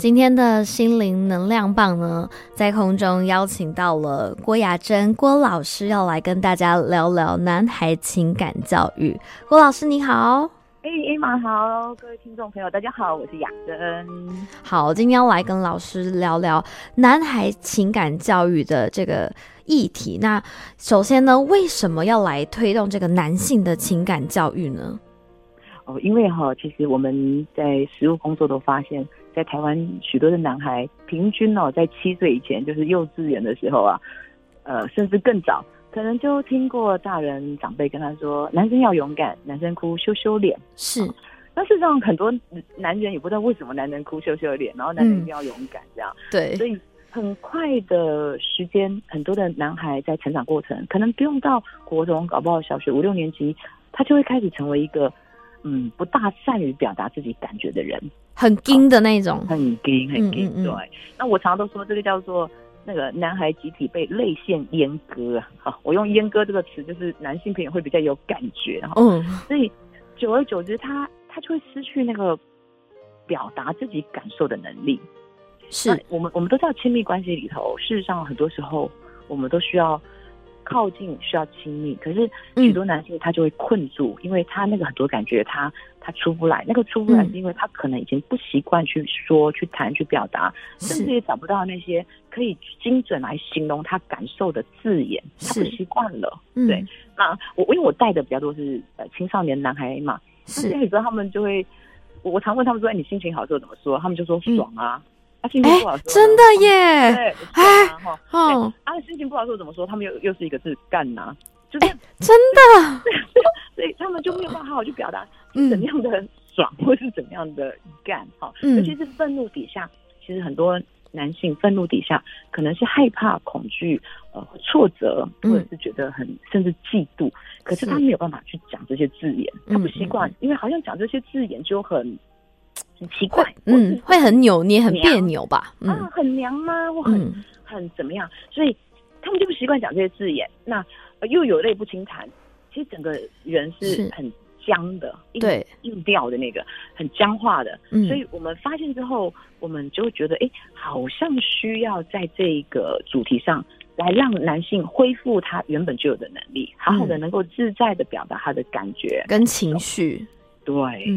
今天的心灵能量棒呢，在空中邀请到了郭雅珍郭老师，要来跟大家聊聊男孩情感教育。郭老师你好。 艾玛好，各位听众朋友大家好，我是雅珍。 好，今天要来跟老师聊聊男孩情感教育的这个议题。那首先呢，为什么要来推动这个男性的情感教育呢？ 因为其实我们在实务工作都发现，在台湾许多的男孩平均在7岁以前，就是幼稚园的时候啊，甚至更早，可能就听过大人长辈跟他说，男生要勇敢，男生哭羞羞脸。 是， 那事实上很多男人也不知道为什么男人哭羞羞脸，然后男人一定要勇敢这样。 对， 所以很快的时间，很多的男孩在成长过程，可能不用到国中，搞不好小学5、6年级，他就会开始成为一个不大善于表达自己感觉的人， 很硬的那种， 很硬。对，那我常常都说这个叫做那个男孩集体被泪腺阉割啊。我用阉割这个词，就是男性朋友会比较有感觉。所以久而久之，他就会失去那个表达自己感受的能力。 是， 我们都知道亲密关系里头，事实上很多时候我们都需要靠近，需要亲密，可是许多男性他就会困住，因为他那个很多感觉他出不来，那个出不来是因为他可能已经不习惯去说、去谈、去表达，甚至也找不到那些可以精准来形容他感受的字眼，他不习惯了。对，那因为我带的比较多是青少年男孩嘛，所以有时候他们就会，我常问他们说，你心情好的时候怎么说？他们就说爽啊。心情不好的时候真的耶， 对，心情不好的时候怎么说？他们又是一个字干呐，就是真的， 所以他们就没有办法好好去表达怎样的爽，或是怎样的干尤其是愤怒底下，其实很多男性愤怒底下可能是害怕、恐惧、挫折，或者是觉得甚至嫉妒，可是他没有办法去讲这些字眼，他不习惯，因为好像讲这些字眼就很奇怪， 会很扭捏、很别扭吧？ 很娘吗？或很怎么样？所以他们就不习惯讲这些字眼。那又有泪不轻弹，其实整个人是很僵的， 对， 硬调的那个，很僵化的。所以我们发现之后，我们就会觉得，好像需要在这个主题上来让男性恢复他原本就有的能力，好好的能够自在的表达他的感觉跟情绪。 对，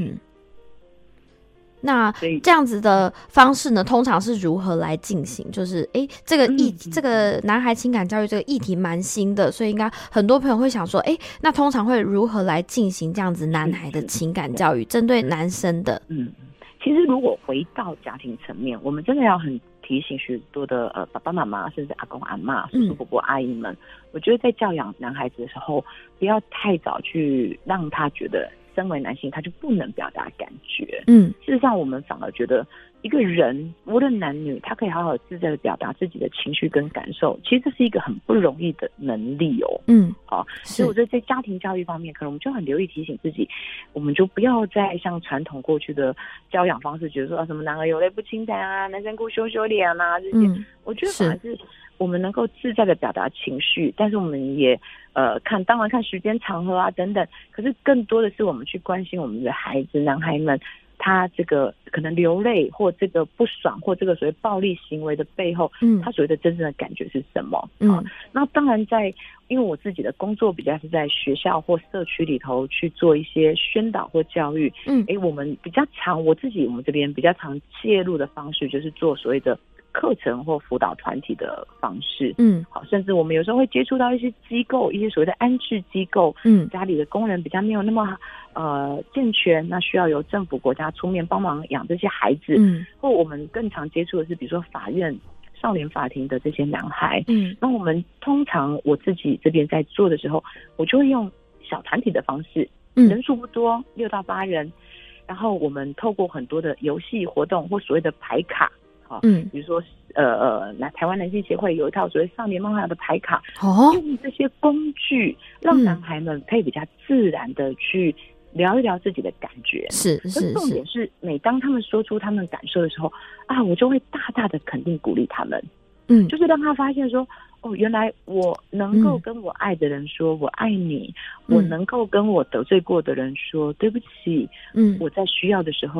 那这样子的方式呢，通常是如何来进行？就是这个男孩情感教育这个议题蛮新的，所以应该很多朋友会想说，那通常会如何来进行这样子男孩的情感教育，针对男生的？ 其实如果回到家庭层面，我们真的要很提醒许多的爸爸妈妈，甚至阿公阿嬷、叔叔伯伯、阿姨们，我觉得在教养男孩子的时候，不要太早去让他觉得身为男性他就不能表达感觉。事实上我们反而觉得一个人无论男女，他可以好好自在的表达自己的情绪跟感受，其实这是一个很不容易的能力所以我觉得在家庭教育方面，可能我们就很留意提醒自己，我们就不要再像传统过去的教养方式，觉得说什么男儿有泪不轻弹啊，男生哭羞羞脸啊这些，我觉得反而是我们能够自在的表达情绪，但是我们也当然看时间场合啊等等，可是更多的是我们去关心我们的孩子男孩们，他这个可能流泪或这个不爽或这个所谓暴力行为的背后，他所谓的真正的感觉是什么？那当然因为我自己的工作比较是在学校或社区里头去做一些宣导或教育，我们比较常我们这边比较常介入的方式就是做所谓的课程或辅导团体的方式，甚至我们有时候会接触到一些机构，一些所谓的安置机构，家里的工人比较没有那么健全，那需要由政府国家出面帮忙养这些孩子，或我们更常接触的是比如说法院、少年法庭的这些男孩，那我们通常我自己这边在做的时候，我就会用小团体的方式，人数不多，6到8人，然后我们透过很多的游戏活动或所谓的牌卡，比如说台湾男性协会有一套所谓少年漫画的牌卡，用这些工具让男孩们可以比较自然的去聊一聊自己的感觉， 是重点是每当他们说出他们感受的时候我就会大大的肯定鼓励他们，就是让他发现说原来我能够跟我爱的人说我爱你，我能够跟我得罪过的人说对不起，我在需要的时候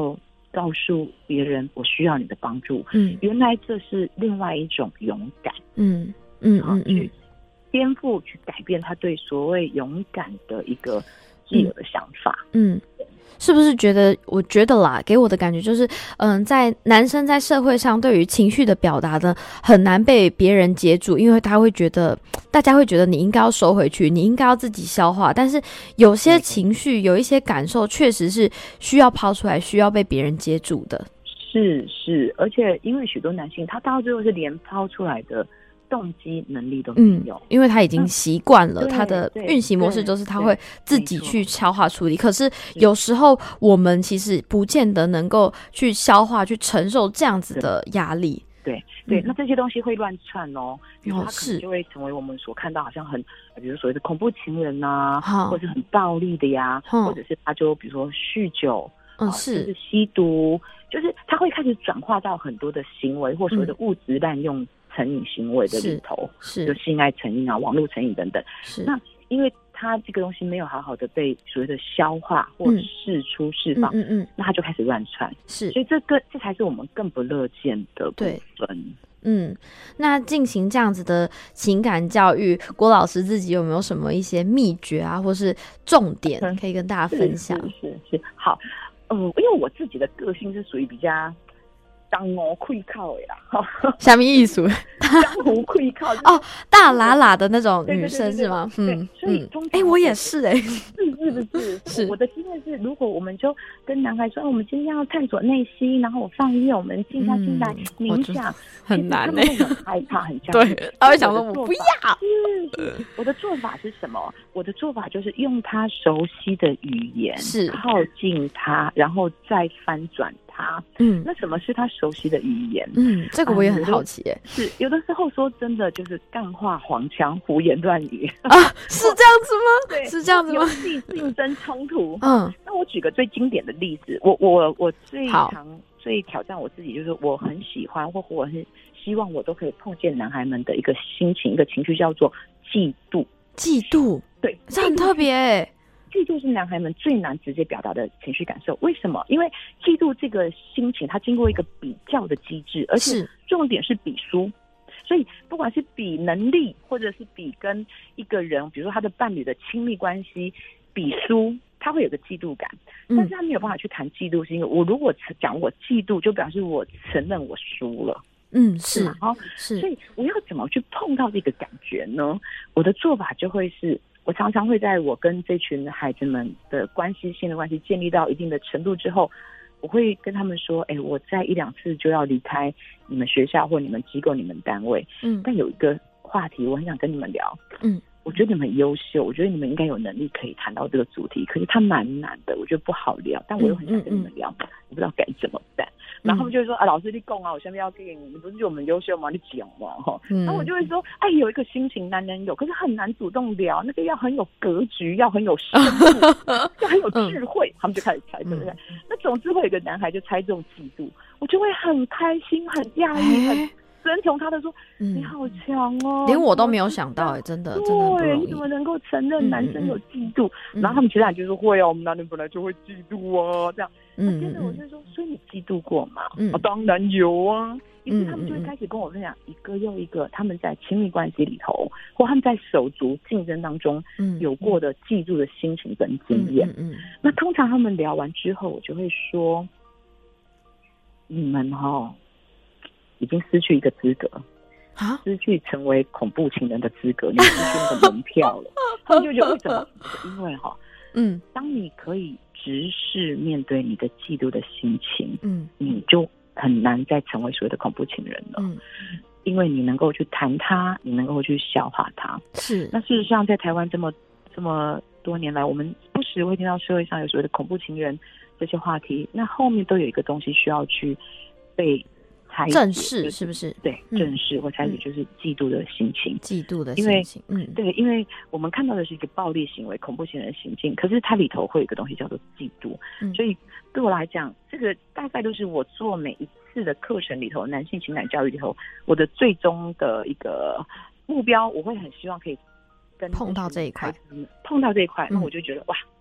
告诉别人我需要你的帮助，原来这是另外一种勇敢，去颠覆、去改变他对所谓勇敢的一个既有的想法。 是不是觉得？我觉得啦，给我的感觉就是，在男生在社会上对于情绪的表达呢，很难被别人接住，因为大家会觉得你应该要收回去，你应该要自己消化。但是有些情绪，有一些感受，确实是需要抛出来，需要被别人接住的。 是，而且因为许多男性，他到最后是连抛出来的动机能力都没有， 因为他已经习惯了，他的运行模式就是他会自己去消化处理。可是有时候我们其实不见得能够去消化、去承受这样子的压力。 对，那这些东西会乱窜哦，比如说他可能就会成为我们所看到好像很，比如所谓的恐怖情人啊，或者是很暴力的呀，或者是他就比如说酗酒，甚至吸毒，就是他会开始转化到很多的行为或所谓的物质滥用成瘾行为的里头，就性爱成瘾啊、网络成瘾等等。那因为他这个东西没有好好的被所谓的消化或释出、释放，那他就开始乱窜。所以这才是我们更不乐见的部分。 那进行这样子的情感教育，郭老师自己有没有什么一些秘诀啊，或是重点可以跟大家分享？ 是好，因为我自己的个性是属于比较当我愧靠的啦， 什么意思？ 江湖愧靠大喇喇的那种女生是吗？ 所以通常我也是是我的经验是，如果我们就跟男孩说，我们今天要探索内心，然后我放音乐，我们静下心来冥想， 很难他们会很害怕，很焦虑。 对，他会想说我不要。 我的做法是什么？我的做法就是用他熟悉的语言，靠近他，然后再翻转他。那什么是他熟悉的语言？ 这个我也很好奇耶。 是有的时候说真的，就是干话、黄腔、胡言乱语啊，是这样子吗？ 对， 是这样子吗？ 游戏竞争冲突。那我举个最经典的例子，我最挑战我自己，就是我很喜欢，或我很希望我都可以碰见男孩们的一个心情、一个情绪，叫做嫉妒。 嫉妒， 对， 这很特别耶。 嫉妒是男孩们最难直接表达的情绪感受。为什么？因为嫉妒这个心情，它经过一个比较的机制，而且重点是比输。所以不管是比能力，或者是比跟一个人，比如说他的伴侣的亲密关系比输，他会有个嫉妒感。但是他没有办法去谈嫉妒，是因为我如果讲我嫉妒，就表示我承认我输了。所以我要怎么去碰到这个感觉呢？我的做法就会是，我常常会在我跟这群孩子们的性的关系建立到一定的程度之后，我会跟他们说，我在1-2次就要离开你们学校或你们机构、你们单位，但有一个话题我很想跟你们聊，我觉得你们很优秀，我觉得你们应该有能力可以谈到这个主题，可是它蛮难的，我觉得不好聊，但我又很想跟你们聊，我不知道该怎么办。然后他们就会说，老师你讲啊，我下面要给你不是觉得我们优秀吗？你讲嘛然后我就会说，有一个心情男人有，可是很难主动聊，那个要很有格局，要很有深度要很有智慧，他们就开始猜，对不对？那总之会有一个男孩就猜这种嫉妒，我就会很开心、很讶异、很尊崇他的说，你好强哦，连我都没有想到真的对，你怎么能够承认男生有嫉妒？然后他们其他人就说会啊，我们男人本来就会嫉妒啊，这样。接着我就说，所以你嫉妒过吗？当然有啊。于是他们就会开始跟我分享一个又一个他们在亲密关系里头，或他们在手足竞争当中有过的嫉妒的心情跟经验。那通常他们聊完之后，我就会说，你们已经失去一个资格失去成为恐怖情人的资格，你们失去那个门票了。他们就觉得为什么？因为当你可以直视面对你的嫉妒的心情，你就很难再成为所谓的恐怖情人了。因为你能够去谈它，你能够去消化它。那事实上，在台湾这么多年来，我们不时会听到社会上有所谓的恐怖情人这些话题，那后面都有一个东西需要去被正视，是不是？ 对，正视或采取就是嫉妒的心情，对，因为我们看到的是一个暴力行为、恐怖行人的行径，可是它里头会有一个东西叫做嫉妒。所以对我来讲，这个大概都是我做每一次的课程里头，男性情感教育里头，我的最终的一个目标，我会很希望可以跟碰到这一块， 那我就觉得哇，打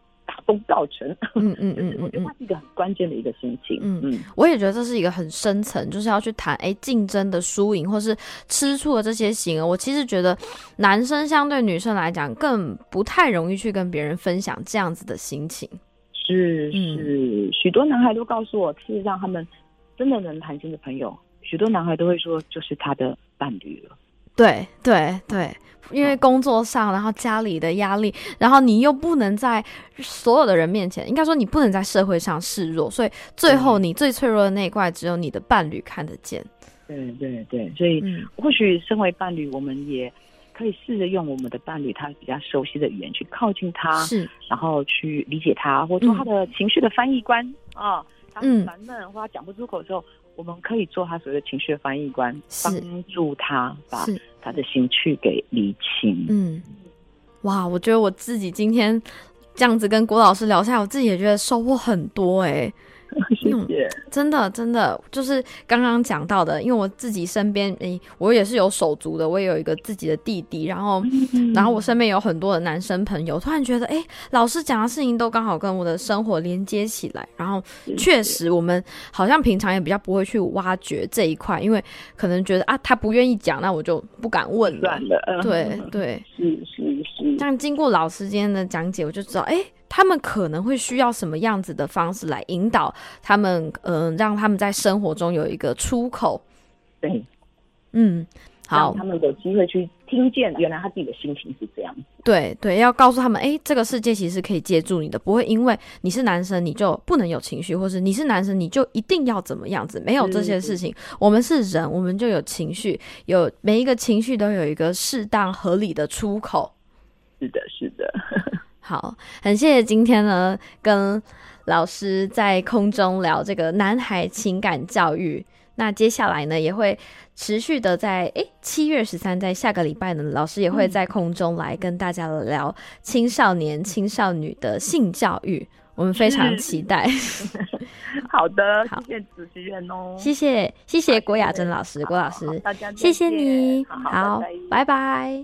功告成。我觉得它是一个很关键的一个心情。 我也觉得这是一个很深层，就是要去谈竞争的输赢或是吃醋的这些行为。我其实觉得男生相对女生来讲更不太容易去跟别人分享这样子的心情。 是，许多男孩都告诉我，事实上他们真的能谈心的朋友，许多男孩都会说就是他的伴侣了。 对，因为工作上，然后家里的压力，然后你又不能在所有的人面前，应该说你不能在社会上示弱，所以最后你最脆弱的那一块只有你的伴侣看得见。 对，所以或许身为伴侣，我们也可以试着用我们的伴侣他比较熟悉的语言去靠近他，然后去理解他，或做他的情绪的翻译官啊。他很烦闷或他讲不出口的时候，我们可以做他所谓的情绪的翻译官，帮助他把他的情绪给理清。 哇，我觉得我自己今天这样子跟郭老师聊下来，我自己也觉得收获很多谢谢。 真的就是刚刚讲到的，因为我自己身边我也是有手足的，我也有一个自己的弟弟，然后我身边有很多的男生朋友，突然觉得老师讲的事情都刚好跟我的生活连接起来，然后确实我们好像平常也比较不会去挖掘这一块，因为可能觉得他不愿意讲，那我就不敢问了。 算了。 对， 是。 这样经过老师今天的讲解，我就知道他们可能会需要什么样子的方式来引导他们，让他们在生活中有一个出口。 对， 好， 让他们有机会去听见原来他自己的心情是这样。 对，要告诉他们，这个世界其实是可以接住你的，不会因为你是男生你就不能有情绪，或是你是男生你就一定要怎么样子，没有这些事情。我们是人，我们就有情绪，有每一个情绪都有一个适当合理的出口。 是的。 好，很谢谢今天呢跟老师在空中聊这个男孩情感教育。那接下来呢也会持续的在7月13在下个礼拜呢，老师也会在空中来跟大家聊青少年青少女的性教育，我们非常期待。 好的，谢谢主持人哦。 谢谢郭雅珍老师，郭老师， 大家谢谢你。 好， 拜拜。